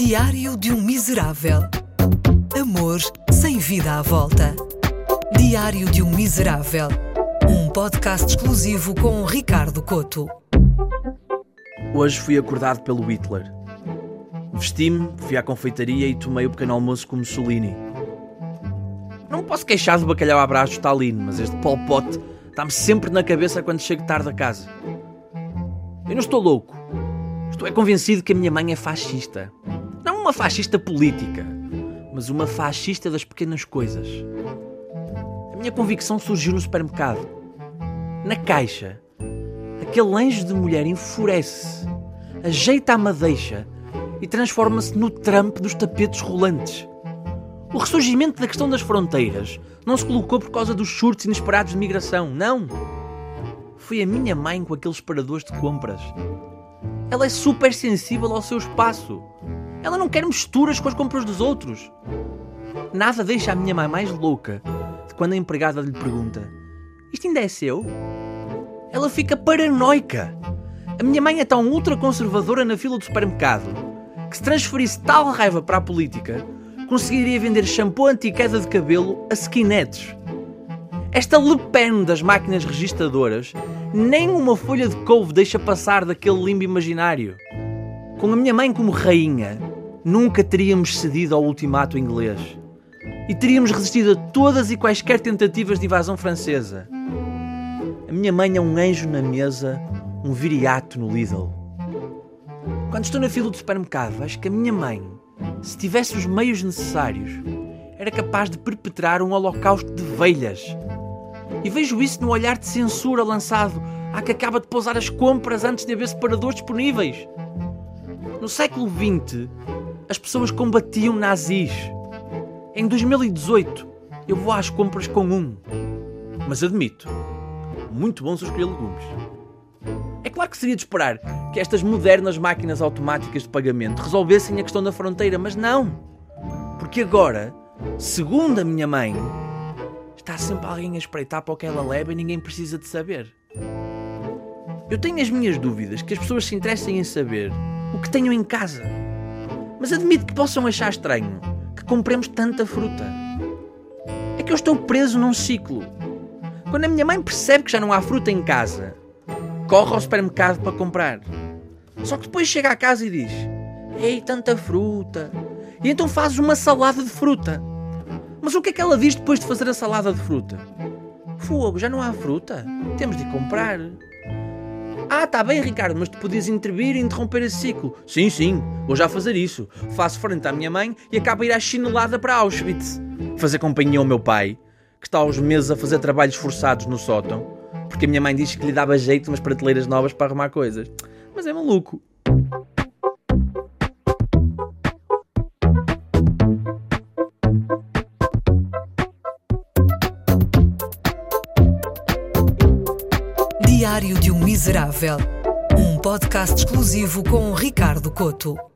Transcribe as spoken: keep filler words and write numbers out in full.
Diário de um Miserável. Amor sem vida à volta. Diário de um Miserável. Um podcast exclusivo com Ricardo Couto. Hoje fui acordado pelo Hitler. Vesti-me, fui à confeitaria e tomei o pequeno almoço com Mussolini. Não me posso queixar do bacalhau à Brás do Stalin, mas este Pol Pot está-me sempre na cabeça quando chego tarde a casa. Eu não estou louco. Estou é convencido que a minha mãe é fascista. Não uma fascista política, mas uma fascista das pequenas coisas. A minha convicção surgiu no supermercado. Na caixa, aquele anjo de mulher enfurece, ajeita a madeixa e transforma-se no Trump dos tapetes rolantes. O ressurgimento da questão das fronteiras não se colocou por causa dos surtos inesperados de migração, não. Foi a minha mãe com aqueles paradores de compras. Ela é super sensível ao seu espaço. Ela não quer misturas com as compras dos outros. Nada deixa a minha mãe mais louca de quando a empregada lhe pergunta: isto ainda é seu? Ela fica paranoica. A minha mãe é tão ultraconservadora na fila do supermercado que, se transferisse tal raiva para a política, conseguiria vender shampoo anti-queda de cabelo a skinheads. Esta Le Pen das máquinas registadoras nem uma folha de couve deixa passar daquele limbo imaginário. Com a minha mãe como rainha, nunca teríamos cedido ao ultimato inglês. E teríamos resistido a todas e quaisquer tentativas de invasão francesa. A minha mãe é um anjo na mesa, um viriato no Lidl. Quando estou na fila do supermercado, acho que a minha mãe, se tivesse os meios necessários, era capaz de perpetrar um holocausto de velhas. E vejo isso no olhar de censura lançado à que acaba de pousar as compras antes de haver separadores disponíveis. No século vinte, as pessoas combatiam nazis. Em dois mil e dezoito, eu vou às compras com um. Mas admito, muito bom se eu escolher legumes. É claro que seria de esperar que estas modernas máquinas automáticas de pagamento resolvessem a questão da fronteira, mas não. Porque agora, segundo a minha mãe, está sempre alguém a espreitar para o que ela leva e ninguém precisa de saber. Eu tenho as minhas dúvidas que as pessoas se interessem em saber o que tenho em casa. Mas admito que possam achar estranho que compremos tanta fruta. É que eu estou preso num ciclo. Quando a minha mãe percebe que já não há fruta em casa, corre ao supermercado para comprar. Só que depois chega à casa e diz: ei, tanta fruta. E então fazes uma salada de fruta. Mas o que é que ela diz depois de fazer a salada de fruta? Fogo, já não há fruta? Temos de ir comprar. Ah, está bem, Ricardo, mas tu podias intervir e interromper esse ciclo. Sim, sim, vou já fazer isso. Faço frente à minha mãe e acabo a ir à chinelada para Auschwitz. Fazer companhia ao meu pai, que está aos meses a fazer trabalhos forçados no sótão, porque a minha mãe disse que lhe dava jeito umas prateleiras novas para arrumar coisas. Mas é maluco. Diário de um Miserável. Um podcast exclusivo com Ricardo Couto.